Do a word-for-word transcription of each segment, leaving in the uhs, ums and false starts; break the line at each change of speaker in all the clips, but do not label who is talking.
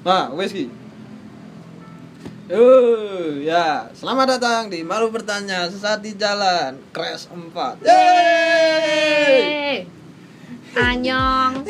Nah, wes ki. Uh, ya, selamat datang di Malu Bertanya Sesat di Jalan Crash empat.
Yeay. Anyong.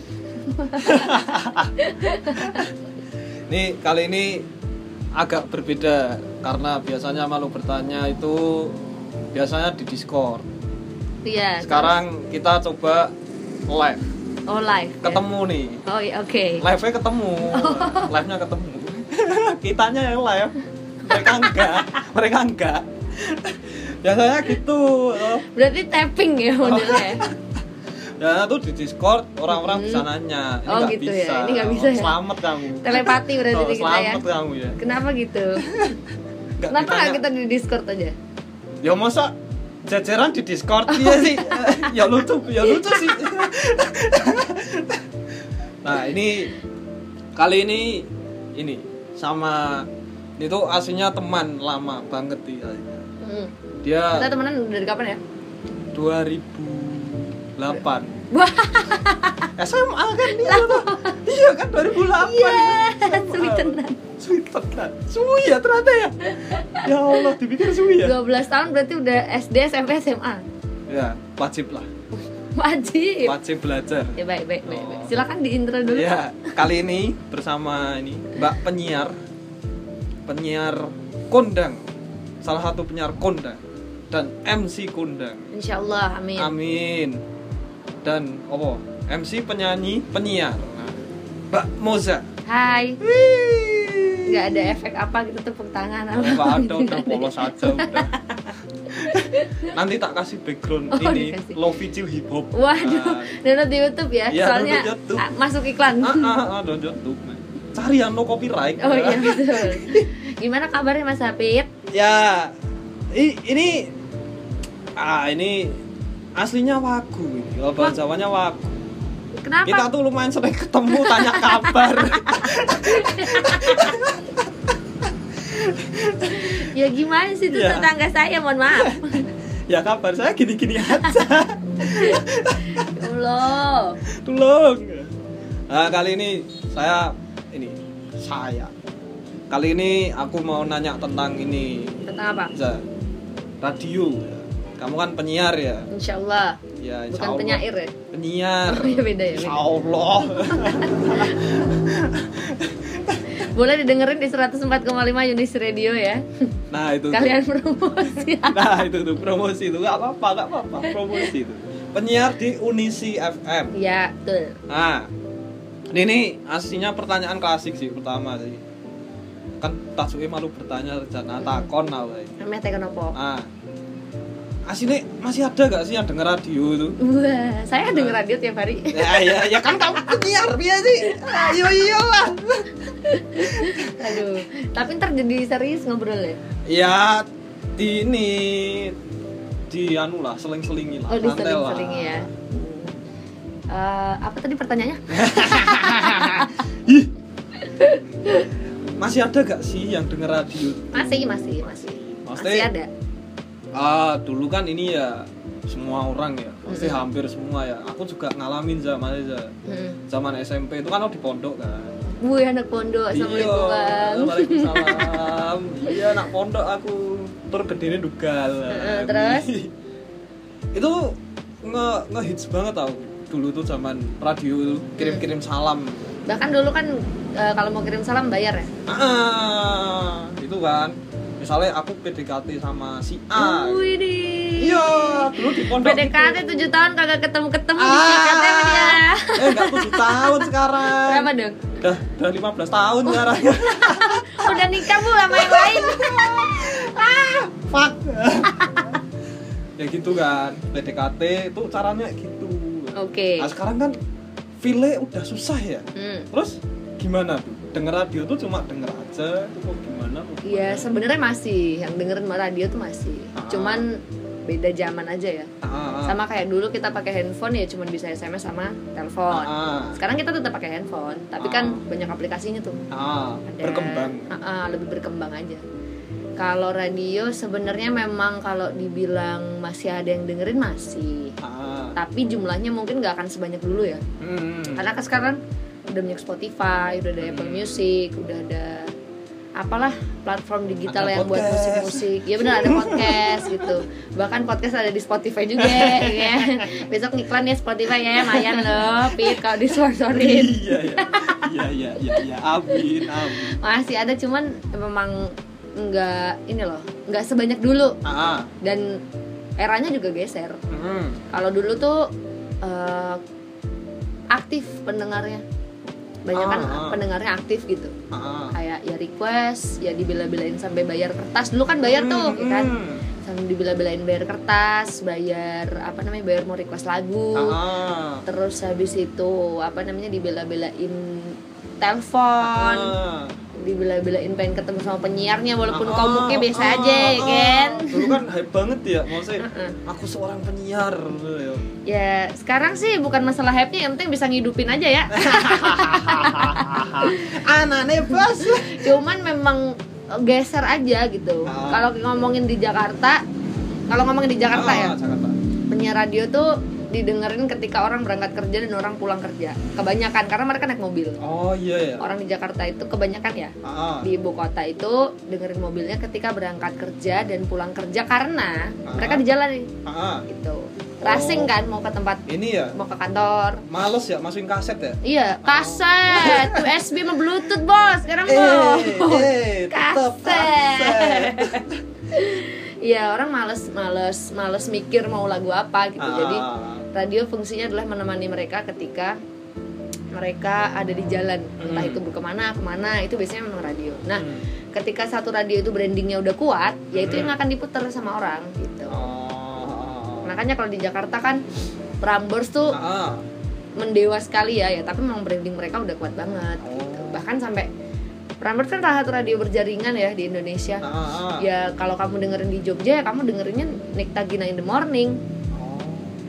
Nih, kali ini agak berbeda karena biasanya Malu Bertanya itu biasanya di Discord.
Iya.
Sekarang kita coba live.
Oh, live.
Ketemu
ya?
nih.
Oh, iya, oke. Okay.
Live-nya ketemu. Live-nya ketemu. Kitanya yang live. Mereka enggak. Mereka enggak. Biasanya gitu.
Berarti tapping ya modelnya.
Ya tuh di Discord orang-orang
hmm.
bisa nanya. Ini
oh
gak
gitu
bisa.
ya. Ini enggak bisa ya.
Selamat kamu.
Telepati berarti
oh,
kita ya.
Selamat kamu ya.
Kenapa gitu?
Gak
Kenapa
ditanya.
gak kita di Discord aja?
Ya masa jajaran di Discord iya sih. Ya lucu, ya lucu sih. Nah, ini kali ini ini sama itu aslinya teman lama banget dia.
Hmm.
Dia
Kita temenan dari kapan ya?
dua ribu delapan.
Wah,
S M A kan dia tuh. Iya kan dua ribu delapan.
iya, sweet tenan.
Sweet tenan. Suwi ya ternyata ya. Ya Allah, dipikir suwi ya.
dua belas tahun berarti udah S D, S M P, S M A.
Ya, wajib lah.
Wajib.
Wajib belajar.
Ya baik, baik, baik.
Oh.
baik. Silakan di intro dulu.
Ya, kali ini bersama ini Mbak penyiar. Penyiar kondang. Salah satu penyiar kondang dan M C kondang.
Insyaallah, amin.
Amin. Dan apa? M C penyanyi, penyiar. Nah, Mbak Moza.
Hai.
Wih.
Nggak ada efek apa gitu, tepuk tangan apa?
Enggak ada, udah polos aja udah. Nanti tak kasih background
Oh,
ini
dikasih.
Lofi Chill Hip Hop.
Waduh,
Nah,
download di YouTube ya,
iya,
soalnya
download YouTube.
ah, masuk iklan.
ah, ah, ah, download YouTube. Cari yang no copyright.
Oh iya betul. Gimana kabarnya Mas Hafid?
Ya, i- ini ah ini aslinya wagu ini. Kalau bahasa Jawanya wagu.
Kenapa?
Kita tuh lumayan sering ketemu tanya kabar.
Ya gimana sih itu
Ya.
tetangga saya, mohon maaf.
Ya kabar saya gini-gini aja.
Ya Allah.
Tolong. Nah, kali ini saya ini saya. Kali ini aku mau nanya tentang ini.
Tentang apa?
Za, radio. Kamu kan penyiar ya?
Insyaallah.
Ya, insya
Bukan
Allah.
penyair ya?
Penyiar.
Oh iya beda ya.
Insya
Beda.
Allah.
Boleh didengerin di seratus empat koma lima Yunis Radio ya.
Nah, itu.
Kalian promosi.
Nah, itu tuh promosi itu. Enggak apa-apa, enggak apa-apa, promosi itu. Penyiar di Unisi F M.
Iya, betul.
Nah, ini nih aslinya pertanyaan klasik sih pertama sih. Kan tasuke malu bertanya jangan takon lah wae.
Namanya tekan opo?
Nah, aslinya masih ada gak sih yang denger radio itu?
Wah, saya denger radio tiap hari.
Ya ya ya kan kamu penyiar dia sih. Ayo iyalah.
Aduh, tapi ntar jadi serius ngobrol ya?
Ya di ini di anu lah seling-selingi lah.
Oh, di
santai lah.
seling-seling ya. Uh, apa tadi pertanyaannya?
Ih. Masih ada gak sih yang denger radio?
Masih, masih, masih.
Maksudnya-
Masih ada.
Ah, dulu kan ini ya semua orang ya, pasti
Mm-hmm.
hampir semua ya. Aku juga ngalamin zaman itu.
Hmm.
Zaman S M P itu kan aku di pondok kan.
Wih, anak pondok, assalamualaikum bang.
Waalaikumsalam. Iya, anak pondok aku tur gedene dugal.
Heeh, terus?
Itu nge ngehits banget tau. Dulu tuh zaman radio itu kirim-kirim salam.
Bahkan dulu kan uh, kalau mau kirim salam bayar ya?
Ah, itu kan. Misalnya aku P D K T sama si A.
Wih di.
Iya, dulu di pondok.
P D K T tujuh tahun kagak ketemu-ketemu di
Ah,
P D K T sama dia.
eh enggak tujuh tahun sekarang.
Berapa dong?
Udah, udah lima belas tahun sekarang.
Udah nikah bu sama yang lain.
Fuck. Ya gitu kan, P D K T itu caranya gitu.
Oke.
Nah, sekarang kan file udah susah ya.
Hmm.
Terus gimana tuh? Denger radio tuh cuma denger aja, itu kok gimana? kok
Iya,
gimana?
sebenarnya masih yang dengerin radio tuh masih.
Ah.
Cuman beda zaman aja ya.
Ah, ah,
Sama kayak dulu kita pakai handphone ya cuman bisa S M S sama telepon.
ah,
Sekarang kita tetap pakai handphone, tapi
Ah.
kan banyak aplikasinya tuh.
ah,
Ada-
berkembang.
Ah, ah, lebih berkembang aja. Kalau radio sebenarnya memang kalau dibilang masih ada yang dengerin masih.
Ah,
Tapi jumlahnya mungkin nggak akan sebanyak dulu ya.
hmm.
Karena kan sekarang udah banyak Spotify, udah ada Apple Music, udah ada apalah platform digital
ada
yang buat
podcast.
musik-musik. Ya benar, ada podcast gitu. Bahkan podcast ada di Spotify juga ya. Besok ngiklan ya Spotify ya, lumayan loh, Pit kalau disponsorin.
Iya iya. Iya iya iya iya. Amin amin.
Masih ada, cuman memang nggak ini loh, nggak sebanyak dulu.
Ah.
Dan eranya juga geser.
Hmm.
Kalau dulu tuh uh, aktif pendengarnya, banyak kan
Ah, ah.
pendengarnya aktif gitu.
Ah.
Kayak ya request, ya dibela-belain sampai bayar kertas. Dulu kan bayar tuh,
Hmm,
ya kan?
hmm.
Sampai dibela-belain bayar kertas, bayar apa namanya, bayar mau request lagu.
Ah.
Terus habis itu apa namanya, dibela-belain telepon,
Ah.
dibela-belain pengen ketemu sama penyiarnya walaupun
Ah,
komuknya biasa
ah,
aja ya
ah.
kan.
Dulu kan hype banget ya, maksudnya
Uh-uh.
aku seorang penyiar gitu ya.
Ya sekarang sih bukan masalah hype-nya, yang penting bisa ngidupin aja ya.
Anane bos.
Cuman memang geser aja gitu.
Ah.
Kalau ngomongin di Jakarta, kalau ngomongin di Jakarta ya,
Jakarta.
penyiar radio tuh didengerin ketika orang berangkat kerja dan orang pulang kerja. Kebanyakan karena mereka naik mobil.
Oh iya ya.
Orang di Jakarta itu kebanyakan ya,
Ah.
di ibu kota itu dengerin mobilnya ketika berangkat kerja dan pulang kerja karena
Ah.
mereka di jalan nih
Ah.
gitu. Racing kan, mau ke tempat,
Ini ya.
mau ke kantor.
Males ya masukin kaset ya.
Iya, kaset, U S B sama Bluetooth bos, sekarang bos.
eh, tetep
Kaset. Iya, orang males, males, males mikir mau lagu apa gitu.
Ah.
Jadi radio fungsinya adalah menemani mereka ketika mereka ada di jalan, entah
Hmm.
itu kemana kemana, itu biasanya memang radio. Nah,
Hmm.
ketika satu radio itu brandingnya udah kuat, ya itu
Hmm.
yang akan diputar sama orang gitu.
Oh.
Makanya kalau di Jakarta kan Prambors tuh
Ah.
mendewa sekali ya, ya tapi memang branding mereka udah kuat banget gitu.
Oh.
Bahkan sampai Prambors kan salah satu radio berjaringan ya di Indonesia.
Ah, ah.
Ya kalau kamu dengerin di Jogja ya kamu dengerinnya Nikta Gina in the Morning.
Oh.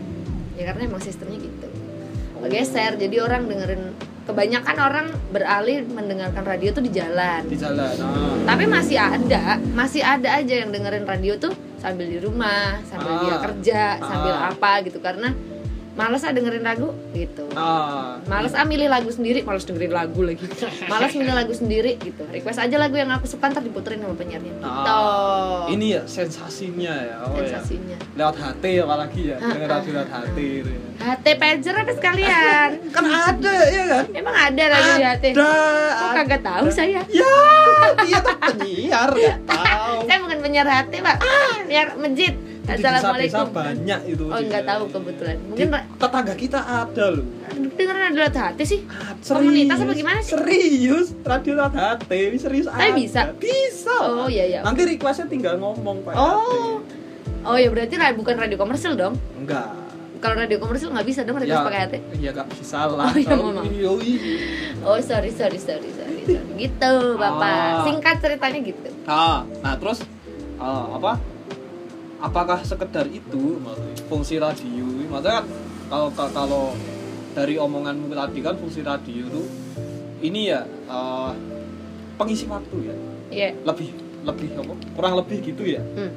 Ya karena emang sistemnya gitu. Geser, jadi orang dengerin, kebanyakan orang beralih mendengarkan radio tuh di jalan.
Di jalan. Ah.
Tapi masih ada, masih ada aja yang dengerin radio tuh sambil di rumah, sambil
Ah.
dia kerja, sambil
Ah.
apa gitu, karena males ah dengerin lagu gitu.
Ah.
Males ah milih lagu sendiri, males dengerin lagu lagi. Males milih lagu sendiri gitu. Request aja lagu yang aku suka, ntar diputerin sama penyiarnya. Gitu.
Ah. Ini ya sensasinya ya. Oh
Sensasinya.
ya. Lewat H T apalagi ya.
Ah,
Denger
ah,
radio lewat H T gitu ya.
H T pager apa sekalian?
Kan ada ya kan?
Emang ada radio di H T?
Ada.
Kok kagak tahu saya?
Ya, dia tuh penyiar enggak tahu.
Saya bukan penyiar H T, Pak. Penyiar masjid.
Di desa-desa
Assalamualaikum.
banyak itu.
Oh, enggak tahu kebetulan.
Di
Mungkin ra-
tetangga kita ada loh.
dengerin radio lewat H T sih.
Ah,
Komunitas apa gimana sih?
Serius, radio lewat H T, serius
Tapi
ada.
bisa?
Bisa.
Oh, iya iya.
Nanti requestnya tinggal ngomong Pak.
Oh. Oh ya berarti ra- bukan radio komersil dong.
Enggak.
Kalau radio komersil nggak bisa dong request pakai H T.
Iya nggak bisa lah.
Oh, iya, Mama.
Iya, iya.
Oh sorry sorry sorry sorry, sorry. Gitu Bapak.
Ah.
Singkat ceritanya gitu.
Ah, nah terus ah, apa? Apakah sekedar itu maksudnya, fungsi radio? Maksudnya kan kalau kalau dari omonganmu tadi kan fungsi radio itu ini ya ah, pengisi waktu ya.
Iya.
Lebih lebih apa? Kurang lebih gitu ya.
Hmm.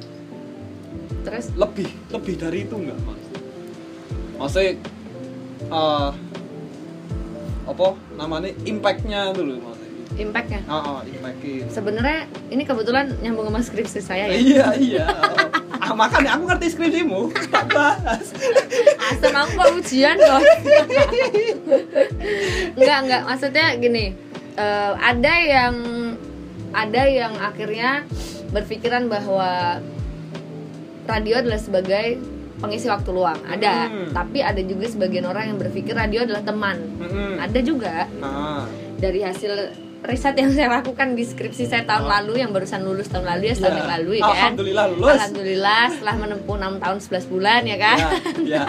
Terus
Lebih lebih dari itu enggak Mas? Maksudnya ah, apa namanya impact-nya itu loh maksudnya.
impactnya.
Ah, ah, impact-nya.
Sebenarnya ini kebetulan nyambung sama skripsi saya ya.
Iya iya. Ah, makanya aku ngerti skripsimu. Tak bahas.
Asal aku mau ujian loh. Enggak enggak maksudnya gini. eh, ada yang ada yang akhirnya berpikiran bahwa radio adalah sebagai pengisi waktu luang. Ada.
Hmm.
Tapi ada juga sebagian orang yang berpikir radio adalah teman.
Mm-mm.
Ada juga.
Ah.
Dari hasil riset yang saya lakukan di skripsi saya tahun
Oh.
lalu, yang barusan lulus tahun lalu ya, setahun
Iya.
yang lalu ya kan.
Alhamdulillah lulus.
Alhamdulillah setelah menempuh enam tahun sebelas bulan ya kan.
Ya. ya.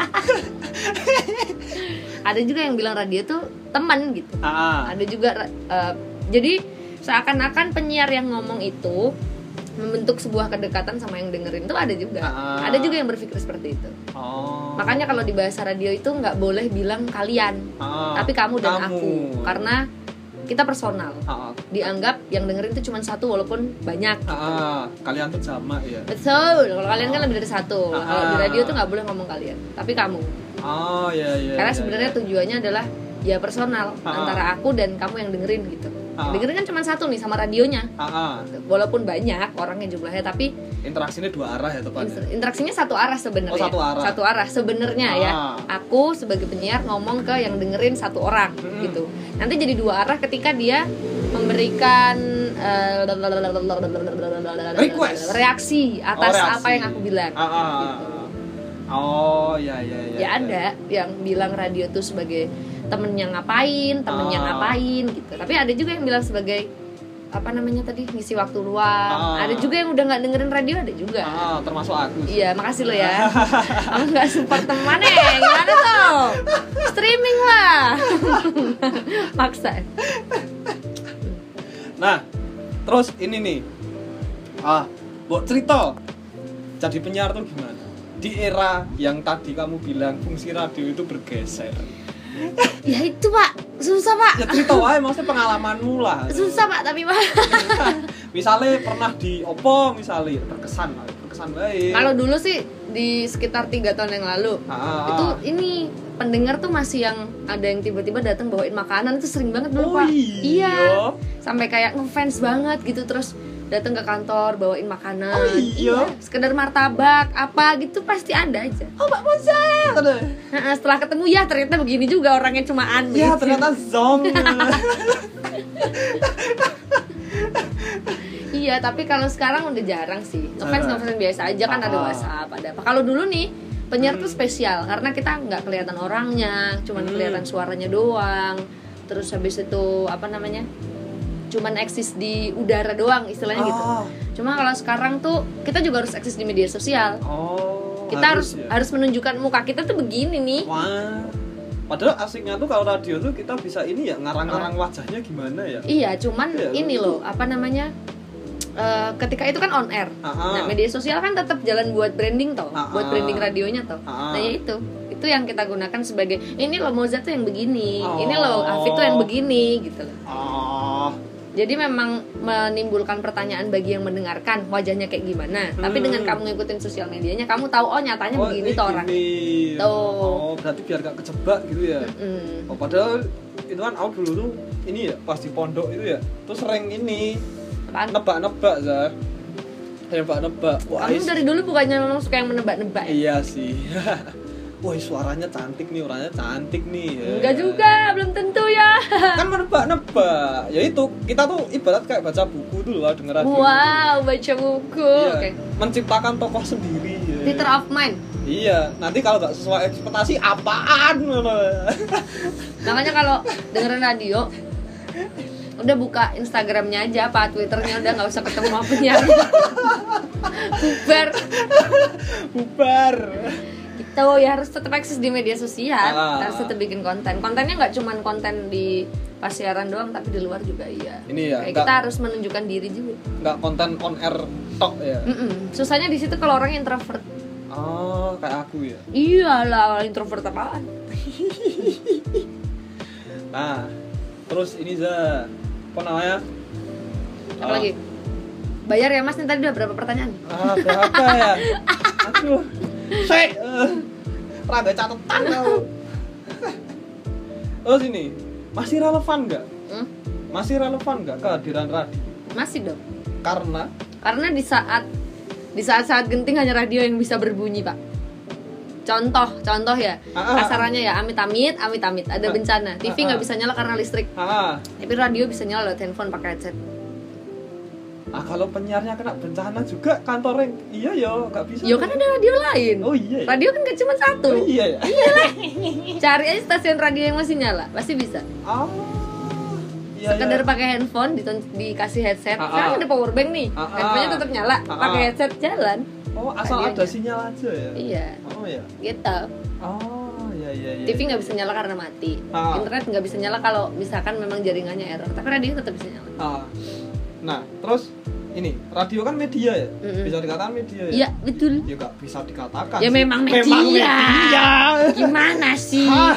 Ada juga yang bilang radio tuh teman gitu.
Ah.
Ada juga eh, jadi seakan-akan penyiar yang ngomong itu membentuk sebuah kedekatan sama yang dengerin tuh ada juga.
Ah.
Ada juga yang berpikir seperti itu.
Oh.
Makanya kalau di bahasa radio itu nggak boleh bilang kalian,
Ah.
tapi kamu dan
Kamu.
aku, karena kita personal.
Ah.
Dianggap yang dengerin itu cuma satu walaupun banyak.
Ah. Kalian tuh sama ya.
Betul. Kalau kalian kan lebih dari satu.
Ah.
Kalau di radio tuh nggak boleh ngomong kalian, tapi kamu.
Oh iya iya.
Karena
iya,
sebenarnya
iya.
tujuannya adalah ya personal
Ha-ha.
antara aku dan kamu yang dengerin gitu.
Ha-ha.
Yang dengerin kan cuma satu nih sama radionya.
Ah, ah.
Walaupun banyak orangnya jumlahnya, tapi
Interaksinya dua arah ya tepatnya.
interaksinya satu arah sebenarnya.
Oh, satu arah.
Satu arah sebenarnya ya.
Ah.
Aku sebagai penyiar ngomong ke yang dengerin satu orang
Hmm.
gitu. Nanti jadi dua arah ketika dia memberikan eh,
Request.
reaksi atas
Oh, reaksi.
apa yang aku bilang.
Ah, ah, ah,
Gitu.
ah. Oh, ya ya ya.
Ya ada yang bilang radio tuh sebagai temennya ngapain, temennya
Ah.
ngapain gitu. Tapi ada juga yang bilang sebagai apa namanya tadi, ngisi waktu luang.
Ah.
Ada juga yang udah nggak dengerin radio, ada juga.
Ah, termasuk aku.
Iya, makasih lo ya. Kamu nggak support temannya, gimana tuh? Streaming lah. Maksa.
Nah, terus ini nih. Ah, buat cerita. Jadi penyiar tuh gimana? Di era yang tadi kamu bilang fungsi radio itu bergeser.
Ya itu pak, susah pak.
Ya cerita wae, maksudnya pengalamanmu lah.
Susah pak, tapi pak.
Misalnya pernah di opo, misalnya berkesan lah, berkesan baik.
Kalau dulu sih di sekitar tiga tahun yang lalu,
Ah, ah,
itu
ah.
ini pendengar tuh masih yang ada yang tiba-tiba datang bawain makanan, itu sering banget dulu
Oh,
pak.
iya.
Sampai kayak ngefans banget gitu, terus datang ke kantor bawain makanan.
Oh, iya?
Sekedar martabak apa gitu pasti ada aja.
Oh, Mbak Moza.
Nah, setelah ketemu ya ternyata begini juga orangnya cumaan
Ya,
begitu.
ternyata zong.
Iya, tapi kalau sekarang udah jarang sih. Ngefans
Jarang.
ngefans biasa aja kan, ada
Ah.
WhatsApp, ada apa. Kalau dulu nih penyiar tuh spesial karena kita nggak kelihatan orangnya, cuman
Hmm.
kelihatan suaranya doang. Terus habis itu apa namanya? Cuman eksis di udara doang istilahnya gitu.
Ah.
Cuma kalau sekarang tuh kita juga harus eksis di media sosial.
Oh,
Kita harus
ya.
harus menunjukkan muka kita tuh begini nih.
Wah. Padahal asiknya tuh kalau radio tuh kita bisa ini ya, ngarang-ngarang wajahnya gimana ya?
Iya, cuman
Iya,
ini
betul.
loh, apa namanya? eh, ketika itu kan on air.
Ah,
Nah,
ah.
media sosial kan tetap jalan buat branding toh,
Ah,
buat
ah.
branding radionya toh.
Ah, ah.
Nah, ya itu. Itu yang kita gunakan sebagai ini loh Moza tuh yang begini,
Oh.
ini loh Afid tuh yang begini gitu loh.
Oh.
Jadi memang menimbulkan pertanyaan bagi yang mendengarkan wajahnya kayak gimana. Tapi
Hmm.
dengan kamu ngikutin sosial medianya, kamu tahu oh nyatanya
Oh,
begini
ini
tuh orang.
gini.
Tuh.
Oh, berarti biar gak kejebak gitu ya.
Mm.
Oh, padahal itu kan aku dulu tuh ini ya pas di pondok itu ya, tuh sering ini
Apaan?
nebak-nebak Zar. Nebak-nebak. Wah,
Kamu
is-
dari dulu bukannya memang suka yang menebak-nebak ya?
Iya sih. Wah, suaranya cantik nih, orangnya cantik nih.
Enggak juga, belum tentu ya.
Kan menebak-nebak. Ya itu, kita tuh ibarat kayak baca buku dulu lah, denger radio.
Wow, baca buku.
Iya,
Oke.
menciptakan tokoh sendiri. Ya.
Theater of mind.
Iya, nanti kalau nggak sesuai ekspektasi apaan?
Makanya kalau dengerin radio, udah buka Instagramnya aja, apa Twitternya, udah nggak usah ketemu sama penyiar. Bubar.
Bubar.
Gitu ya, harus tetap eksis di media sosial,
Ah.
harus tetap bikin konten. Kontennya nggak cuman konten di pas siaran doang, tapi di luar juga iya.
Ini ya,
Kayak
nggak-
kita harus menunjukkan diri juga.
Nggak konten on air talk ya.
Mm-mm. Susahnya di situ kalau orang introvert.
Oh, kayak aku ya.
Iyalah, introvert apaan?
Nah, terus ini za, apa namanya?
Apa
Ah,
lagi? Bayar ya Mas, nih tadi udah berapa pertanyaan?
Ah, berapa ya? Aduh, saya uh, rada catatan tau. Terus ini, masih relevan nggak?
Hmm?
Masih relevan nggak kehadiran radio?
Masih dong.
Karena
Karena di saat di saat-saat genting hanya radio yang bisa berbunyi, Pak. Contoh, contoh ya.
Ah, ah,
Kasarannya ya, amit-amit, amit-amit ada
Ah,
bencana. T V
ah,
nggak
ah.
bisa nyala karena listrik.
ah,
Tapi radio bisa nyala lewat handphone pakai headset.
ah kalau penyiarnya kena bencana juga kantornya iya ya nggak bisa.
Yo kan ada radio lain.
Oh iya. Ya?
Radio kan gak cuma satu.
Oh iya ya.
Cari aja stasiun radio yang masih nyala, pasti bisa.
Oh. Iya,
Sekedar
iya.
pakai handphone, diton- dikasih headset.
Ah,
Sekarang
ah.
ada power bank nih,
Ah, ah.
handphonenya tetap nyala.
Ah,
Pakai
ah.
headset jalan.
Oh asal
Radionya.
ada sinyal aja ya.
Iya,
Oh ya.
gitu.
Oh iya iya iya.
T V nggak bisa nyala karena mati.
Ah.
Internet nggak bisa nyala kalau misalkan memang jaringannya error. Tapi radio tetap bisa nyala.
Ah. Nah terus ini radio kan media ya,
Mm-mm.
bisa dikatakan media ya.
Iya, betul.
Ya nggak bisa dikatakan.
Ya
sih.
memang media.
Memang media.
Gimana sih?
Hah.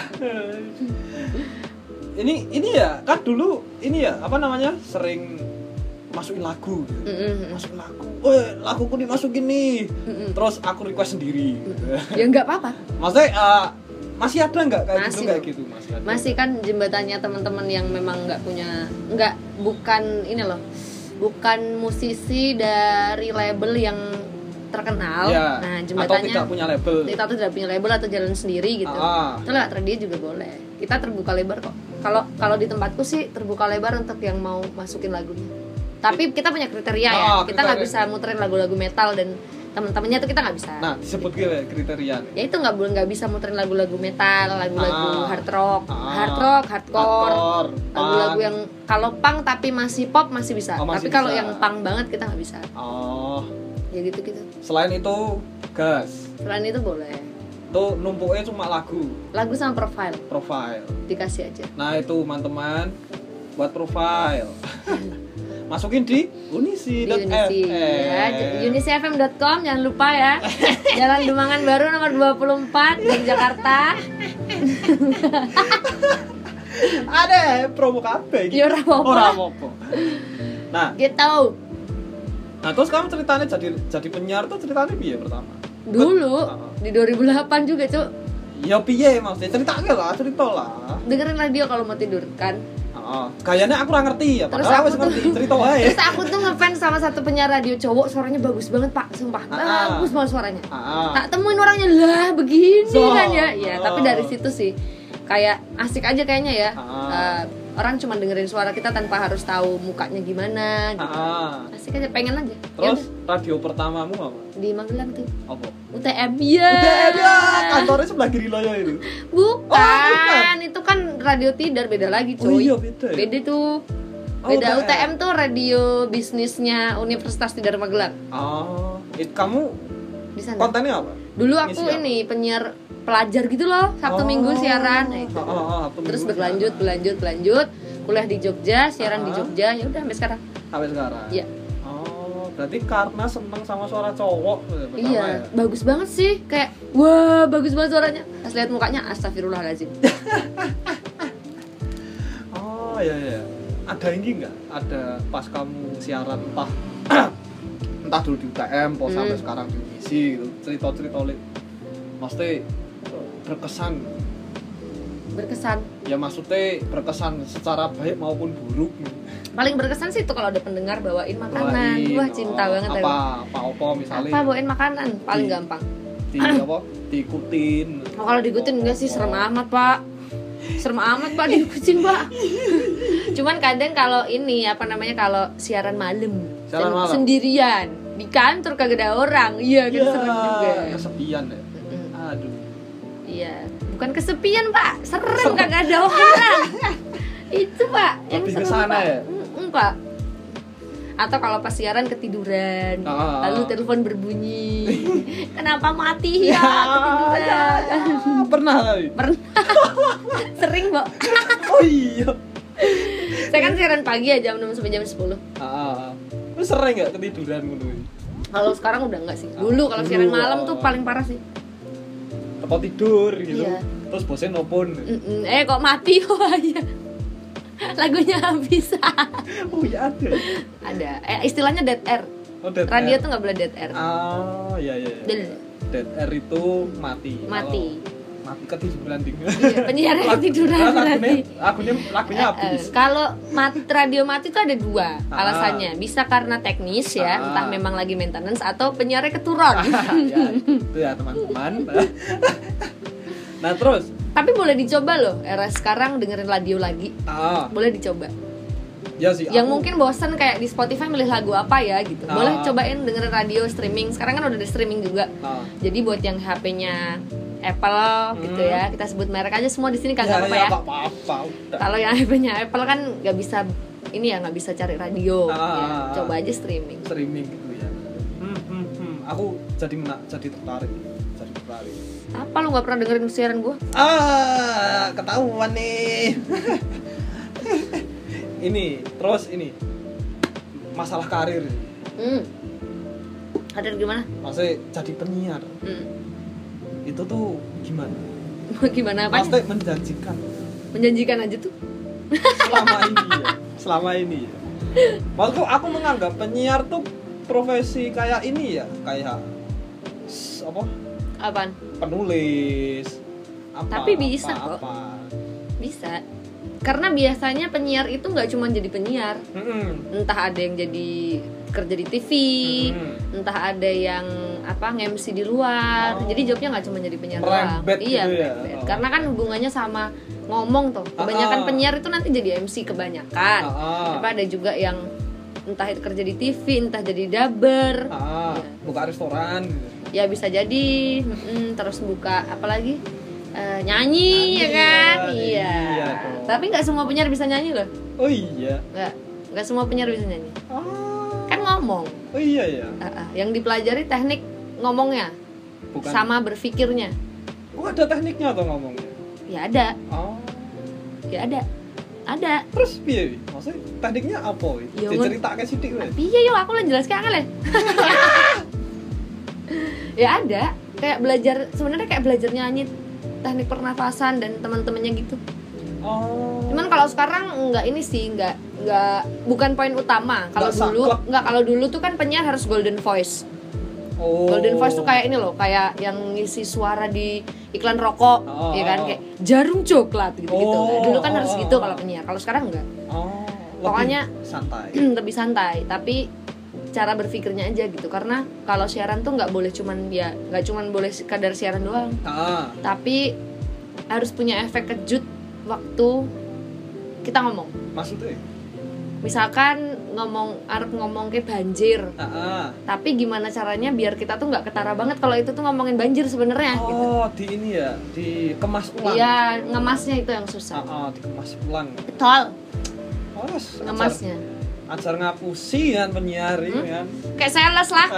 Ini ini ya kan dulu ini ya apa namanya sering masukin lagu gitu.
Mm-mm.
Masukin lagu, weh laguku dimasukin nih.
Mm-mm.
Terus aku request sendiri.
Ya nggak apa-apa.
Maksudnya eh, masih ada nggak kayak
Masih
gitu kayak
dong.
gitu masih ada.
Masih kan jembatannya teman-teman yang memang nggak punya, nggak bukan ini loh, bukan musisi dari label yang terkenal.
Ya,
Nah
atau
jembatannya
tidak punya label.
kita tuh tidak punya label atau jalan sendiri gitu.
Ah.
Itu lewat radio juga boleh. Kita terbuka lebar kok. Kalau kalau di tempatku sih terbuka lebar untuk yang mau masukin lagunya. Tapi kita punya kriteria ya.
Ah,
Kita nggak
kriteria.
bisa muterin lagu-lagu metal dan teman-temannya tuh kita nggak bisa.
Nah, disebut gitu kriteria.
Ya itu nggak boleh, nggak bisa muterin lagu-lagu metal, lagu-lagu
Ah.
hard rock,
Ah.
hard rock, hardcore,
Hardcore,
lagu-lagu
punk.
yang kalau punk tapi masih pop masih bisa.
Oh, masih
Tapi kalau
bisa.
yang punk banget kita nggak bisa.
Oh,
Ya gitu gitu.
selain itu gas.
Selain itu boleh.
Tuh numpuknya cuma lagu,
Lagu sama profile
profile.
dikasih aja.
Nah, itu teman-teman buat profile. Masukin di unisi
Di Unisi ya, unisi f m dot com jangan lupa ya. Jalan Dumangan Baru nomor dua puluh empat di Jakarta.
Ada promo kabeh iki.
Ya ora apa-apa.
Ora apa-apa. Nah,
Gitu.
nah terus kamu ceritanya jadi jadi penyiar tuh ceritanya piye pertama?
Dulu
Ah.
di dua ribu delapan juga, Cuk.
Ya piye maksudnya ceritanya lah, cerita lah.
Dengerin radio kalau mau tidur kan.
Heeh. Kayaknya aku ora ngerti ya,
Terus
padahal
aku
wis
tuh-
ngerti cerita wae.
Terus aku tuh ngefans sama satu penyiar radio cowok, suaranya bagus banget, Pak. Sumpah.
Ah.
Bagus banget suaranya.
Heeh.
Tak temuin orangnya lah begini
So.
kan ya. Ya, tapi
Oh.
dari situ sih kayak asik aja kayaknya ya.
Ah.
Eh, orang cuma dengerin suara kita tanpa harus tahu mukanya gimana gitu.
Heeh.
Asik aja, pengen aja. Ya
Terus
udah,
radio pertamamu apa?
di Magelang tuh
Apa?
U T M ya.
U T M ya, kantornya sebelah kiri loyo itu.
Bukan,
Oh, bukan.
itu kan radio Tidar, beda lagi
Oh
cuy.
iya, beda ya?
Beda tuh.
Oh,
Beda.
U
U
T
T
M
M tuh radio bisnisnya Universitas Tidar Magelang.
Oh, it, kamu
Di sana.
kontennya apa?
Dulu aku
Ngisi apa?
ini penyiar pelajar gitu loh, Sabtu
Oh.
Minggu siaran. Nah, itu.
Oh, oh, oh, Sabtu
Terus
Minggu
berlanjut,
siaran.
berlanjut, berlanjut. Kuliah di Jogja, siaran di
Ah.
Jogja, ya udah sampai sekarang.
Sampai sekarang.
Iya.
Oh, berarti karena seneng sama suara cowok pertama
Iya,
ya?
bagus banget sih. Kayak wah, bagus banget suaranya. Pas lihat mukanya, astagfirullahaladzim.
Oh iya iya. Ada ini enggak? Ada pas kamu siaran entah entah dulu di U T M, pos
Hmm.
sampai sekarang di Unisi gitu. Cerita-cerita li pasti berkesan.
Berkesan.
Ya maksudnya berkesan secara baik maupun buruk.
Paling berkesan sih itu kalau ada pendengar bawain makanan.
Bawain,
Wah, cinta
oh,
banget.
Apa
aku.
apa opo misalnya
Apa bawain makanan? Paling
Di-
gampang.
di apa? Diikutin.
Oh, kalau diikutin enggak sih, serem amat, Pak. Serem amat, Pak, diikutin, Pak. Cuman kadang kalau ini apa namanya, kalau siaran malam,
Siaran
sen-
malam.
sendirian di kantor kagak ada orang. Iya, kan
Ya,
serem juga.
kesepian ya.
Mm-mm.
Aduh.
Iya, bukan kesepian, Pak. Serem kagak ada orang. Itu, Pak, yang
Lebih ke
serem,
sana
Pak.
ya?
Mm-mm, Pak. Atau kalau pas siaran ketiduran,
Ah.
lalu telepon berbunyi. Kenapa mati ya?
Ya,
Ketiduran.
ya, ya. Pernah kali.
Pernah. Sering, Mbak.
Oh iya.
Saya kan siaran pagi ya, jam enam sampai jam sepuluh.
Ah, lu sering nggak ketiduran ngono?
Kalau sekarang udah enggak sih. Dulu kalau siaran
Dulu,
malam
oh.
tuh paling parah sih.
Tempat tidur gitu.
Iya.
Terus bosnya nelpon.
Mm-mm. Eh kok mati? Wah iya. Lagunya habis.
Oh iya ada.
Ada. Eh istilahnya dead air.
Oh, dead
Radio
air.
tuh nggak boleh dead air.
Ah, iya iya. iya.
Del-
Dead air itu mati.
Mati.
Kalau mati ketiduran tinggal.
Iya, penyiar yang tiduran
lagunya,
berarti.
lagunya, lagunya
Eh,
habis.
eh, kalau mat- radio mati tuh ada dua
Ah.
alasannya. Bisa karena teknis ya,
Ah.
entah memang lagi maintenance atau penyiarnya keturun.
ya, itu ya teman-teman. Nah terus,
Tapi boleh dicoba loh, era sekarang dengerin radio lagi.
ah,
Boleh dicoba.
ya sih.
Yang
aku-
mungkin bosan kayak di Spotify milih lagu apa ya gitu. Boleh
Ah.
cobain dengerin radio streaming. Sekarang kan udah ada streaming juga.
Ah.
Jadi buat yang H P-nya Apple gitu
Hmm.
ya, kita sebut merek aja semua di sini
ya,
kagak apa-apa
ya,
ya.
nggak apa-apa. Udah.
Kalau yang H P-nya Apple kan nggak bisa ini ya, nggak bisa cari radio.
Ah.
Ya, coba aja streaming.
Streaming gitu ya. Hmm, hmm, hmm. Aku jadi menak, jadi tertarik, jadi tertarik.
Apa lu nggak pernah dengerin siaran gue?
Ah, ketahuan nih. Ini, terus ini masalah karir.
Hmm. Karir gimana?
Maksudnya jadi penyiar
Hmm.
itu tuh gimana?
Gimana apa?
Maksudnya menjanjikan
Menjanjikan aja tuh.
selama ini ya. Selama ini ya. Maksudku aku menganggap penyiar tuh profesi kayak ini ya, kayak s- apa?
Apaan?
Penulis Apa,
Tapi bisa
apa,
kok.
Apa?
Bisa. Karena biasanya penyiar itu nggak cuma jadi penyiar.
Mm-mm.
Entah ada yang jadi kerja di T V,
Mm-mm.
entah ada yang apa nge-M C di luar.
Oh.
Jadi jobnya nggak cuma jadi penyiar doang.
Merembet
Iya,
gitu ya?
merembet.
Oh.
Karena kan hubungannya sama ngomong tuh. Kebanyakan
Ah.
penyiar itu nanti jadi M C kebanyakan.
Ah.
Tapi ada juga yang entah itu kerja di T V, entah jadi dubber.
Ah,
Iya.
buka restoran gitu.
Ya bisa jadi, mm, terus buka apa lagi? Eh, nyanyi,
Nyanyi,
ya kan?
ya.
Iya.
Iya, dong.
Tapi nggak semua penyiar bisa nyanyi loh.
Oh iya.
Nggak, nggak semua penyiar bisa nyanyi.
Ah.
Kan ngomong.
Oh iya ya.
Ah, ah. Yang dipelajari teknik ngomongnya,
Bukan.
sama berpikirnya.
Oh ada tekniknya atau ngomongnya?
Ya ada,
Oh.
ya ada, ada.
Terus piye? Maksudnya tekniknya apa?
Ya,
Diceritake sithik wae.
Iya yo, aku lah jelaskan angel ya. Ya ada, kayak belajar sebenarnya kayak belajar nyanyi, teknik pernafasan dan teman-temannya gitu.
Oh.
Cuman kalau sekarang nggak ini sih, nggak nggak bukan poin utama. Kalau
Nggak
dulu
saklek.
nggak kalau dulu tuh kan penyiar harus golden voice.
Oh.
Golden voice tuh kayak ini loh, kayak yang ngisi suara di iklan rokok,
Oh.
ya kan kayak jarum coklat gitu-gitu.
Oh.
Nah, dulu kan harus
Oh.
gitu kalau penyiar. Kalau sekarang enggak.
Oh. Lebih
Pokoknya
santai.
lebih santai, tapi cara berpikirnya aja gitu. Karena kalau siaran tuh nggak boleh cuman ya nggak cuman boleh sekadar siaran doang,
Ah.
tapi harus punya efek kejut waktu kita ngomong.
Maksudnya?
Misalkan ngomong arep ngomong ke banjir,
Ah. ah.
tapi gimana caranya biar kita tuh nggak ketara banget kalau itu tuh ngomongin banjir sebenarnya gitu.
Oh, di ini ya, dikemas ulang.
Iya, ngemasnya itu yang susah.
Ah, ah, dikemas ulang.
Betul,
Oh, ajar,
ngemasnya.
ajar ngapusi kan penyiar ini
Hmm?
kan.
Kayak sales lah.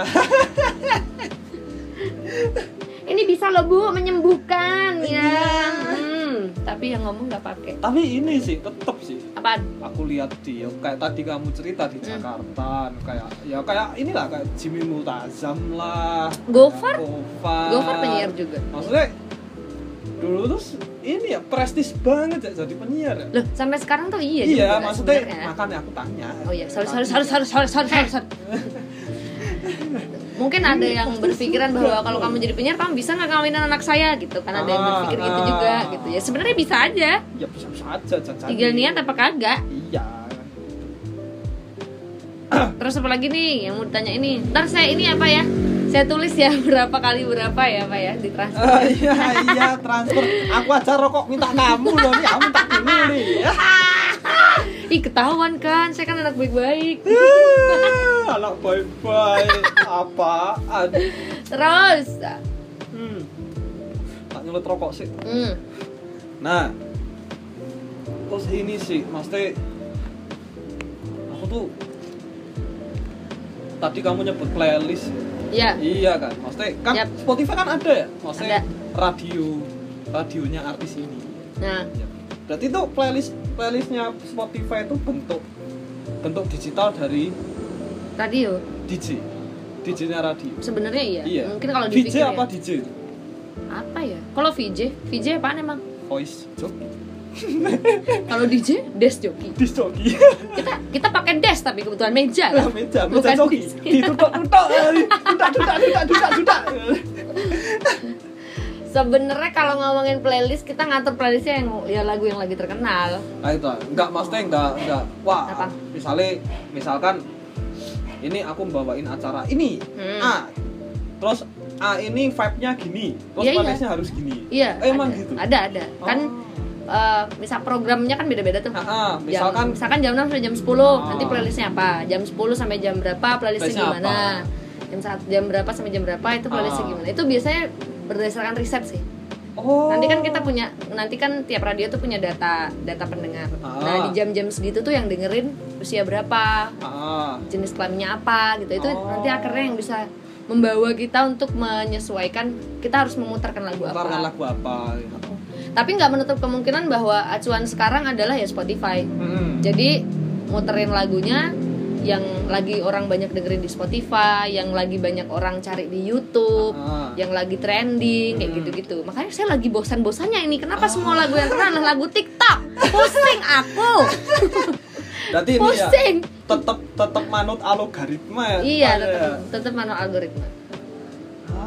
Ini bisa loh Bu menyembuhkan ya. Hmm, tapi yang ngomong nggak pakai.
Tapi ini sih tetep sih.
Apaan?
Aku lihat di kayak tadi kamu cerita di
Hmm.
Jakarta, kayak ya kayak inilah kayak Jimmy Multazam lah.
Gofar?
kayak Gofar.
Gofar penyiar juga.
Maksudnya dulu tuh ini ya prestis banget ya jadi penyiar ya.
Loh, sampai sekarang tuh iya
Iya,
juga
maksudnya
sebenarnya.
makanya aku tanya.
Oh iya, sorry sorry sorry sorry sorry sorry sorry. sorry. Mungkin ada yang berpikiran bahwa kalau kamu jadi penyiar kamu bisa nggak kawinin anak saya gitu kan, ada yang berpikir gitu juga gitu ya. Sebenarnya bisa aja,
Ya bisa saja cacat.
tinggal niat apa kagak.
Iya.
Terus apa lagi nih yang mau ditanya ini? Ntar saya ini apa ya? Saya tulis ya berapa kali berapa ya Pak ya di transfer.
Ah, iya iya transfer. Aku aja rokok minta kamu loh nih, aku minta ini nih.
Ih ketahuan kan, saya kan anak baik-baik.
Ah, anak baik-baik apaan?
Terus,
Hmm. Tak nyulut rokok sih.
hmm,
Nah, terus ini sih, maksudnya aku tuh tadi kamu nyebut playlist.
ya,
Iya kan, maksudnya kan
Yap.
Spotify kan ada ya, maksudnya
Ada.
radio radionya artis ini.
nah,
Ya. Berarti itu playlist playlistnya Spotify itu bentuk bentuk digital dari
radio.
D J, D J-nya radio.
Sebenarnya iya.
Iya.
Mungkin kalau
V J
dipikir
apa
ya.
D J?
Apa ya? Kalau V J, V J apaan emang?
Voice joki,
Kalau D J, desk joki.
disc joki.
Kita kita pakai desk tapi kebetulan meja lah.
meja, meja
Bukan
joki.
disc.
Ditutuk-tutuk, dudak dudak dudak dudak dudak.
Sebenarnya kalau ngomongin playlist kita ngatur playlistnya yang ya lagu yang lagi terkenal.
Nah itu, enggak maksudnya enggak enggak. Wah,
Apa?
misalnya misalkan ini aku bawain acara ini
Hmm.
A, terus A ini vibe-nya gini, terus
Iya, iya.
playlistnya harus gini.
Iya.
Eh, emang
ada.
gitu?
Ada ada. Kan
Oh.
eh, misal programnya kan beda-beda tuh.
Ah, ah,
Jam-
misalkan
misalkan jam enam sampai jam sepuluh,
Oh.
nanti playlistnya apa? Jam sepuluh sampai jam berapa playlistnya
Playlistnya
gimana?
apa?
Jam saat jam berapa sampai jam berapa itu playlistnya
Ah.
gimana? Itu biasanya berdasarkan riset sih.
oh.
Nanti kan kita punya, nanti kan tiap radio tuh punya data data pendengar.
Ah.
Nah di jam-jam segitu tuh yang dengerin usia berapa,
Ah,
jenis kelaminnya apa gitu. Itu
Oh.
nanti akhirnya yang bisa membawa kita untuk menyesuaikan kita harus memutarkan lagu
ntar
apa.
lagu apa?
Tapi nggak menutup kemungkinan bahwa acuan sekarang adalah ya Spotify.
Hmm.
Jadi muterin lagunya yang lagi orang banyak dengerin di Spotify, yang lagi banyak orang cari di YouTube,
Ah.
yang lagi trending kayak
Hmm.
gitu-gitu. Makanya saya lagi bosan-bosannya ini. Kenapa semua lagu yang terkenal adalah lagu TikTok? Pusing aku.
Berarti ini ya
Pusing.
tetap tetap manut algoritma ya.
Iya,
Oh,
tetap tetap manual algoritma.
Ah,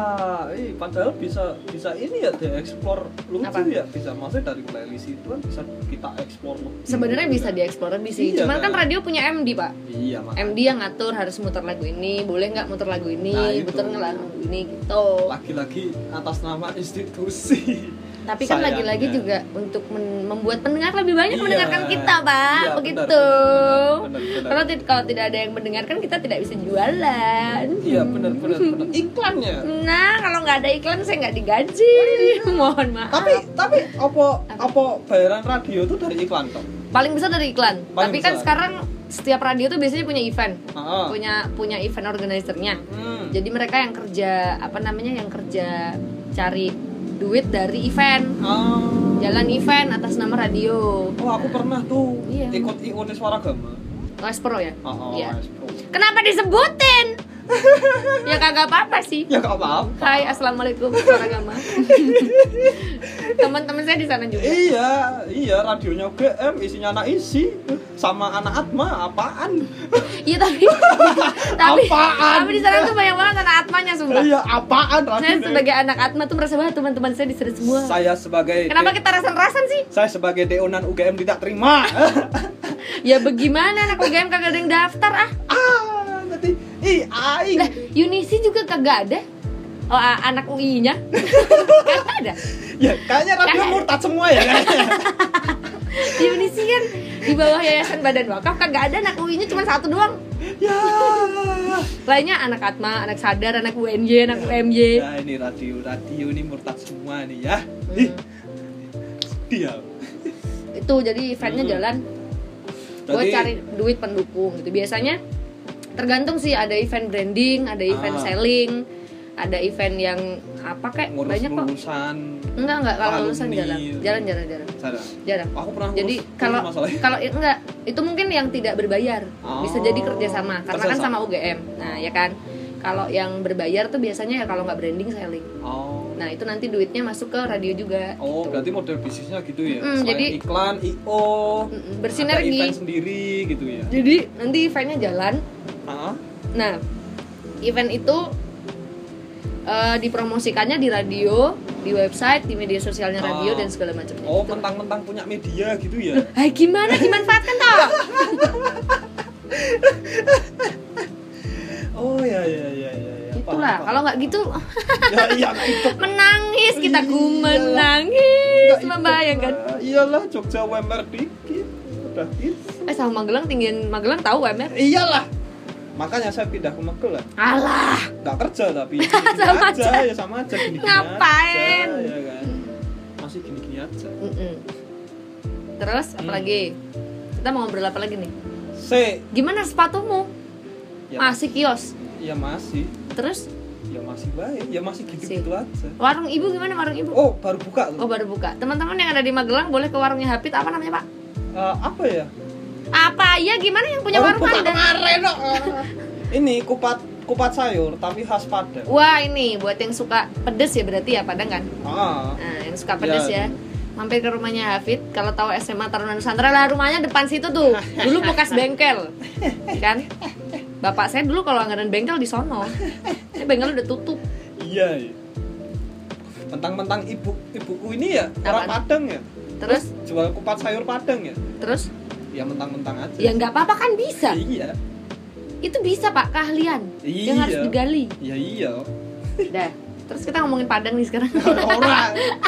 eh padahal bisa bisa ini ya dieksplor lucu
Apa?
ya, bisa maksudnya dari playlist itu kan bisa kita eksplor lebih.
Sebenarnya
gitu
bisa
kan.
dieksplor lebih sih.
Iya,
Cuman kan
kan?
radio punya M D, Pak.
Iya, makanya.
M D yang ngatur harus muter lagu ini, boleh nggak muter lagu ini,
Nah, itu.
muter nggak lagu ini gitu.
Lagi-lagi atas nama institusi.
Tapi kan
Sayangnya.
lagi-lagi juga untuk men- membuat pendengar lebih banyak
Iya.
mendengarkan kita, Pak.
Iya,
Begitu.
benar, benar, benar, benar.
Kalau ti- kalau tidak ada yang mendengarkan, kita tidak bisa jualan.
Iya, benar benar benar. Iklannya.
Nah, kalau nggak ada iklan saya nggak digaji. Mohon maaf.
Tapi tapi apa apa bayaran radio itu dari iklan toh?
Paling besar dari iklan.
Paling
Tapi kan
besar.
sekarang setiap radio tuh biasanya punya event.
Heeh.
Punya punya event organizer-nya.
Hmm.
Jadi mereka yang kerja apa namanya yang kerja cari duit dari event.
Ah.
Jalan event atas nama radio.
Oh, aku pernah tuh
Iya.
ikut I O N Swaragama.
Wespro ya?
Oh,
Iya.
Espro.
Kenapa disebutin? Ya kagak apa-apa sih.
Ya enggak apa-apa.
Hai, assalamualaikum Swaragama. Teman-teman saya di sana juga.
Iya, iya radionya U G M isinya anak isi sama anak Atma apaan?
Iya tapi tapi
Apaan?
tapi di sana tuh banyak banget anak Atmanya sumpah.
Iya, apaan
Saya
radionya?
sebagai anak Atma tuh merasa banget teman-teman saya di sana semua.
Saya sebagai
Kenapa kita rasan-rasan sih?
saya sebagai deonan U G M tidak terima.
Ya bagaimana anak U G M kagak ada yang daftar ah.
ah, nanti ih aing.
Lah, Unisi juga kagak ada. Oh, a- anak U I-nya. Kagak ada.
Ya, kayaknya radio
Kagak.
murtad semua ya kayaknya.
Unisi kan di bawah Yayasan Badan Wakaf kagak ada anak U I-nya cuma satu doang.
Ya.
Lainnya anak Atma, anak Sadar, anak U N Y, anak U M Y.
Ya, ini radio radio ini murtad semua nih ya.
Hmm.
Ih. Dia.
Itu jadi eventnya
Hmm.
jalan buat
Jadi-
cari duit pendukung gitu. Biasanya tergantung sih, ada event branding, ada event
Ah.
selling, ada event yang apa kayak
Ngurus
banyak kok.
lulusan.
Enggak enggak kalau
alumni.
lulusan jarang. Jarang jarang jarang.
Sadar.
Jarang.
Aku pernah
Jadi
ngurus-
kalau
ngurus masalahnya.
kalau i- enggak itu mungkin yang tidak berbayar. Bisa
Oh.
jadi kerjasama karena kan
Kerjasama.
sama U G M. Nah, ya kan. Kalau yang berbayar tuh biasanya ya kalau nggak branding selling.
Oh.
Nah, itu nanti duitnya masuk ke radio juga.
Oh,
gitu.
berarti model bisnisnya gitu ya.
Mm,
Selain
jadi-
iklan, I O,
Mm-mm, bersinergi.
ada event sendiri gitu ya.
Jadi nanti eventnya jalan.
Ah.
Nah, event itu eh, dipromosikannya di radio, di website, di media sosialnya radio
Oh.
dan segala macamnya.
Oh,
gitu.
mentang-mentang punya media gitu ya.
Hai, gimana dimanfaatkan toh?
Oh ya ya ya ya. ya.
Itulah,
Paham,
kalau
paham.
nggak gitu
Ya iya nggak itu.
menangis kita ku
Iyalah.
menangis
Nggak itu
membayangkan.
lah. Iyalah Jogja W M R dikit. Udah gitu.
Eh sama Magelang tinggian Magelang tahu W M R?
Iyalah. Makanya saya pindah ke Magelang.
Alah,
Nggak kerja tapi gini-gini
Sama
aja.
aja.
Ya sama aja gini-gini
Ngapain?
aja, ya kan. Masih gini-gini aja.
Mm-mm. Terus
Hmm.
apalagi? Kita mau ngobrol apa lagi nih?
Se
Gimana sepatumu?
ya,
Masih kios.
Ya masih.
Terus
Ya masih baik. Ya masih gitu-gitu aja.
warung ibu gimana warung ibu?
Oh, baru buka tuh.
Oh baru buka. Teman-teman yang ada di Magelang boleh ke warungnya Hapit. Apa namanya Pak?
Eh, apa ya?
Apa ya? Gimana yang punya
Baru
warung
buka
Anda?
kemarin kok. Ini kupat kupat sayur tapi khas Padang.
Wah ini buat yang suka pedes ya berarti ya Padang kan?
Ah.
Nah yang suka pedes
Ya.
ya. Mampir ke rumahnya Hafid. Kalau tahu S M A Taruna Nusantara lah, rumahnya depan situ tuh. Dulu bekas bengkel, kan? Bapak saya dulu kalau anggaran bengkel di sono. Ini bengkel udah tutup.
Iya. iya. Mentang-mentang ibu ibuku ini ya orang
Apaan?
Padang ya.
Terus,
Jual kupat sayur Padang ya.
terus
Ya mentang-mentang aja.
ya nggak apa-apa kan bisa.
Iya.
Itu bisa Pak keahlian yang
Iya.
harus digali.
Ya iya.
Dah. Terus kita ngomongin Padang nih sekarang.
Orang.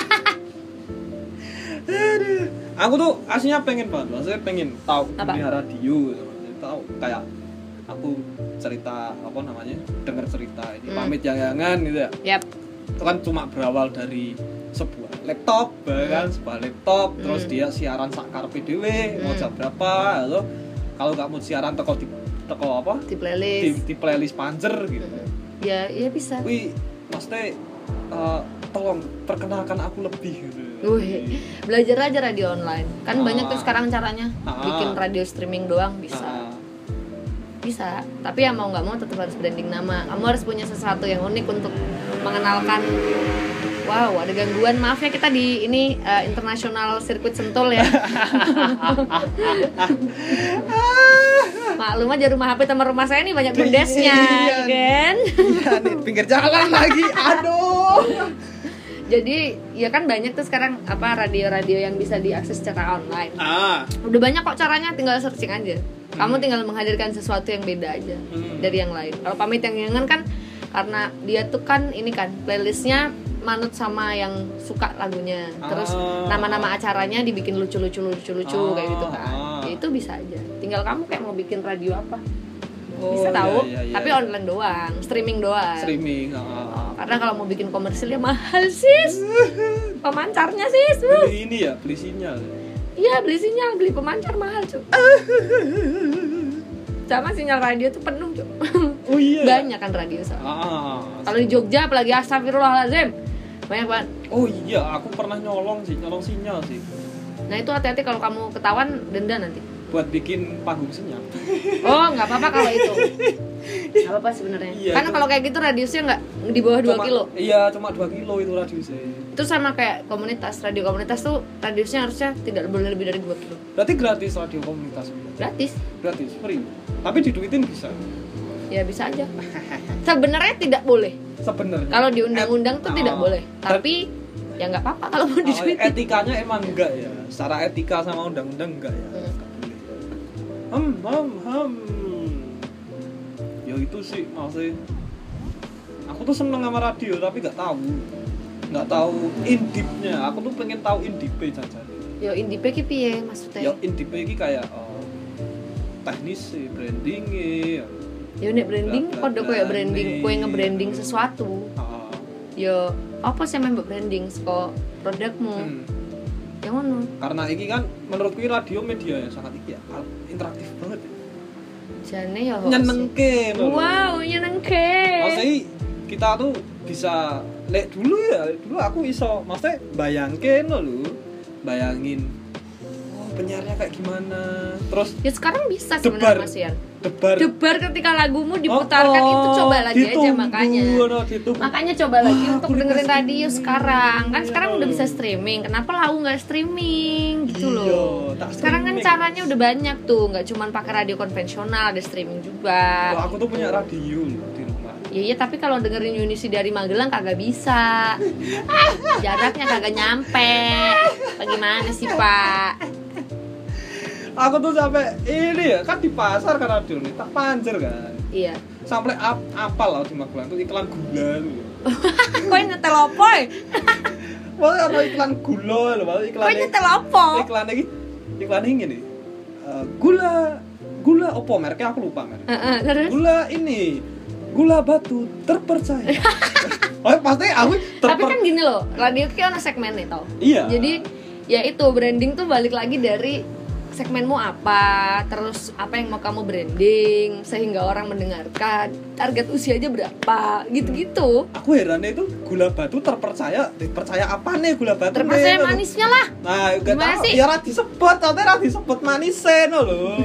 Aduh. Aku tuh aslinya pengen banget, maksudnya pengen tahu
Apa?
dunia radio, tahu kayak aku cerita apa namanya, dengar cerita ini
Hmm.
pamit jangan gitu ya.
Yap.
Itu kan cuma berawal dari sebuah laptop, ya kan, sebuah laptop,
Hmm.
terus dia siaran sak karepe dhewe, mau
Hmm.
jam berapa, lalu kalau nggak mau siaran teko di teko apa?
Di
Di,
playlist.
di playlist panjer gitu.
Ya, ya bisa.
Wih, maksudnya eh, tolong perkenalkan aku lebih gitu.
Wih, belajar aja radio online. Kan
Ah.
banyak tuh sekarang caranya.
Ah.
Bikin radio streaming doang bisa.
Ah,
Bisa. Tapi ya mau nggak mau tetap harus branding nama. Kamu harus punya sesuatu yang unik untuk mengenalkan. Wow, ada gangguan. Maaf ya kita di ini eh, internasional sirkuit Sentul ya. maklum aja rumah H P sama rumah saya nih banyak berdesnya,
Iya.
kan?
Iya nih pinggir jalan lagi. Aduh.
Jadi ya kan banyak tuh sekarang apa radio-radio yang bisa diakses secara online.
Ah.
Udah banyak kok caranya, tinggal searching aja. Kamu
Hmm.
tinggal menghadirkan sesuatu yang beda aja
Hmm.
dari yang lain. Kalau pamit yang yangan kan karena dia tuh kan ini kan playlistnya manut sama yang suka lagunya. Terus
Ah.
nama-nama acaranya dibikin lucu-lucu lucu-lucu
Ah,
kayak gitu kan.
ah.
Ya itu bisa aja. Tinggal kamu kayak mau bikin radio apa.
Oh,
Bisa tahu,
iya, iya, iya.
tapi online doang, streaming doang.
Streaming. ah.
Oh, karena kalau mau bikin komersil ya mahal sis. Pemancarnya sis. Wuh.
Beli ini ya, beli sinyal.
Iya beli sinyal, beli pemancar mahal cuy. Sama sinyal radio tuh penuh cuy.
Oh iya.
Banyak kan radio sama.
Ah.
Kalau di Jogja apalagi astagfirullahaladzim banyak banget.
Oh iya, aku pernah nyolong sih, nyolong sinyal sih.
Nah itu hati-hati kalau kamu ketahuan denda nanti.
Buat bikin panggung sinyal.
Oh nggak apa-apa kalau itu. Nggak apa-apa sebenarnya.
Iya,
Karena
itu-
kalau kayak gitu radiusnya nggak di bawah dua
Cuma-
kilo.
Iya, cuma dua kilo itu radiusnya.
Itu sama kayak komunitas, radio komunitas tuh radiusnya harusnya tidak boleh lebih dari dua kilo.
Berarti gratis radio komunitas.
Gratis.
Gratis, free. Tapi diduitin bisa.
Ya bisa aja. Sebenarnya tidak boleh.
Sebenarnya.
Kalau di undang-undang tuh
Et-
tidak
ah.
boleh. Tapi ya nggak apa-apa kalau mau
Oh,
diduitin.
etikanya emang enggak ya. Secara etika sama undang-undang enggak ya.
Hmm.
Hmm, hmm, hmm. Ya itu sih maksudnya. Aku tuh seneng sama radio tapi nggak tahu, nggak tahu indipnya. Aku tuh pengen tahu indipnya caca.
Yo indie ki piye maksudnya?
Ya indipnya ini kayak oh, teknis sih, brandingnya.
Yo nek branding
Bla, bla,
kode
bla,
koyo branding,
nih.
kowe nge-branding sesuatu.
Ah,
Yo apa sih mbok branding saka produkmu?
hmm.
Yang ngono.
Karena ini kan menurutku ini radio media yang sangat iki ya, interaktif banget. Ya.
Jane ya host.
Nyenengke loh.
Wow, nyenengke.
Maksudnya kita tuh bisa lek dulu ya, dulu aku iso maksudnya bayangin loh, bayangin oh penyiarnya kayak gimana. Terus
Ya sekarang bisa
Debar.
sebenarnya Mas Ian.
debar
Debar ketika lagumu diputarkan
Oh,
itu coba lagi aja
ditunggu,
makanya.
no, ditunggu.
Makanya coba lagi
Wah,
untuk
aku
dengerin
dikasih
radio
ini.
sekarang. Kan sekarang
Iya.
udah bisa streaming. Kenapa lagu nggak streaming gitu
Iya,
loh.
tak
Sekarang kan
streaming.
caranya udah banyak tuh, nggak cuma pakai radio konvensional, ada streaming juga.
Loh, aku tuh punya radio loh di rumah.
Iya iya tapi kalau dengerin Yunisi dari Magelang kagak bisa. Jaraknya kagak nyampe. Bagaimana sih Pak?
Aku tuh sampai ini ya kan di pasar kan radio nih, tak panjer kan.
Iya.
Sampai ap apal loh di Magelang tuh iklan gula tuh.
Kowe nyetel opo?
Maksudnya ada iklan gula loh, maksudnya iklan
Kowe nyetel opo?
iklan lagi iklan ini nih Eh, gula gula opo mereknya aku lupa merek
Heeh, terus
gula ini gula batu terpercaya. Oh pasti aku
tapi
terper
kan gini loh, radio ki ono segmennya tau.
iya
Jadi ya itu branding tuh balik lagi dari segmenmu apa, terus apa yang mau kamu branding sehingga orang mendengarkan, target usianya berapa, gitu-gitu.
aku herannya itu gula batu terpercaya dipercaya apa nih gula batu
Terpercaya
nih, loh.
manisnya lah.
Nah gak
Gimana
tahu
sih?
ya ra disebut tapi ra disebut manisnya no loh.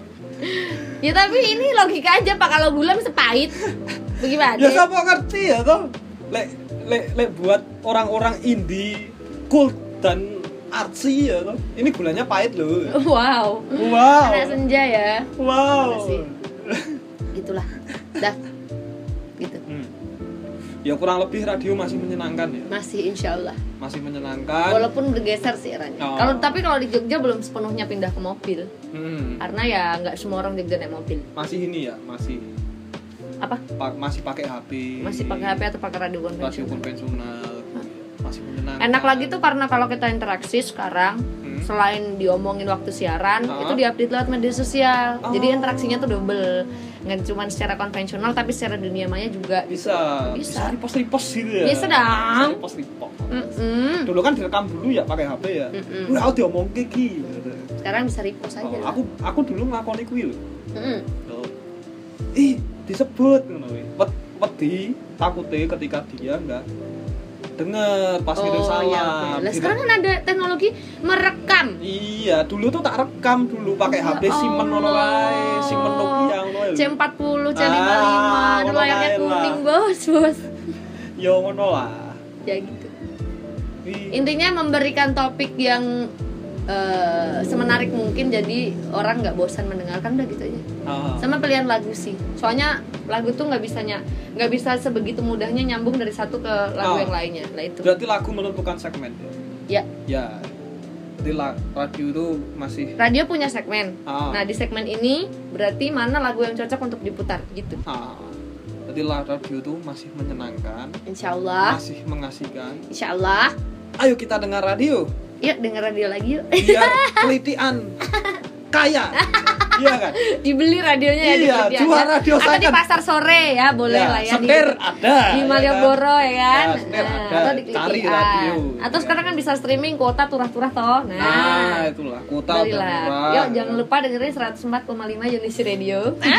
Ya tapi ini logika aja Pak, kalau gula bisa pahit. Bagaimana?
Ya siapa ngerti ya toh lek lek lek buat orang-orang indie cult dan artsy ya toh ini gulanya pahit loh.
Wow.
Wow.
Anak senja ya.
Wow.
Gimana sih? Gitulah. Dah. Gitu.
Hmm. Ya kurang lebih radio masih menyenangkan ya.
Masih insya Allah.
Masih menyenangkan.
Walaupun bergeser sih eranya.
Oh.
Kalau tapi kalau di Jogja belum sepenuhnya pindah ke mobil.
Hmm.
Karena ya nggak semua orang Jogja naik mobil.
Masih ini ya, masih
Apa?
pa- masih pakai H P.
Masih pakai H P atau pakai radio
radio
konvensional?
konvensional. Masih menyenangkan.
Enak lagi tuh karena kalau kita interaksi sekarang,
Hmm.
selain diomongin waktu siaran,
Ah.
itu diupdate lewat media sosial.
Oh.
Jadi interaksinya tuh double. Nggak cuma secara konvensional tapi secara dunia maya juga.
bisa
Bisa.
repost-repost gitu ya.
Bisa dong.
Repost-repost.
Mm-mm.
Dulu kan direkam dulu ya pakai H P ya.
Mm-mm.
Wah, diomong iki.
Sekarang bisa repost aja.
Oh, aku aku dulu ngakoni kuwi lho.
Mm-mm.
Loh. Ih, disebut ngono kuwi. Wed- Wedi takute ketika dia enggak denger pas ngirim
Oh
salam.
iya, oke. Lah sekarang kan ada teknologi merekam.
Iya, dulu tuh tak rekam dulu pakai
Ya
H P Siemens ngono kae, Siemens Nokia ngono
C
lho.
empat puluh, C lima puluh lima,
Ah,
ada
ngono
layarnya
kae lah.
kuning bos, bos.
Ya ngono lah.
Ya gitu.
Ih,
Intinya memberikan topik yang uh, semenarik mungkin jadi orang nggak bosan mendengarkan, udah gitu aja.
Ah.
Sama pilihan lagu sih, soalnya lagu tuh nggak bisanya nggak bisa sebegitu mudahnya nyambung dari satu ke lagu
Ah.
yang lainnya lah itu.
Berarti lagu menentukan segmen.
Ya,
Ya. Jadi la- radio itu masih
radio punya segmen.
Ah.
Nah di segmen ini berarti mana lagu yang cocok untuk diputar gitu.
ah. Jadi la- radio itu masih menyenangkan,
Insya Allah,
masih mengasihkan.
Insya Allah.
Ayo kita dengar radio.
Yuk denger radio lagi yuk.
Biar pelitian kaya. Iya kan?
Dibeli radionya ya,
Iya,
dibeli
jual
aja.
radio
Atau
saya
di
kan.
pasar sore ya, boleh
Ya,
lah ya.
setir
di,
ada.
di
ya
Malioboro ya kan.
Ya, setir
Nah,
ada.
atau di
Cari
Kelitian.
radio.
Atau
Ya.
sekarang kan bisa streaming kuota turah-turah toh. Nah,
Nah, itulah kuota udah
belilah.
murah.
Yuk jangan lupa dengerin seratus empat koma lima Unisi Radio.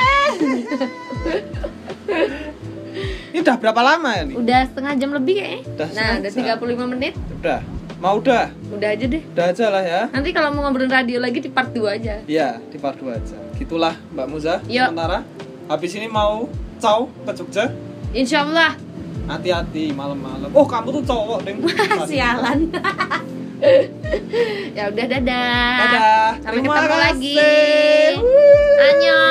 Ini udah berapa lama ya nih?
Udah setengah jam lebih kayaknya.
Udah
Nah,
setengah
udah
jam.
tiga puluh lima menit.
Udah. Mau udah?
Udah aja deh.
Udah aja lah ya.
Nanti kalau mau ngobrolin radio lagi di part dua aja.
Iya, di part dua aja. Gitulah Mbak Muza.
Yuk.
Sementara habis ini mau caw ke Jogja.
Insya Allah.
Hati-hati malam-malam. Oh, kamu tuh cowok, Deng.
Sialan. Ya udah dadah.
Dadah.
Sampai
Terima
ketemu
kasih.
lagi. Annyeong.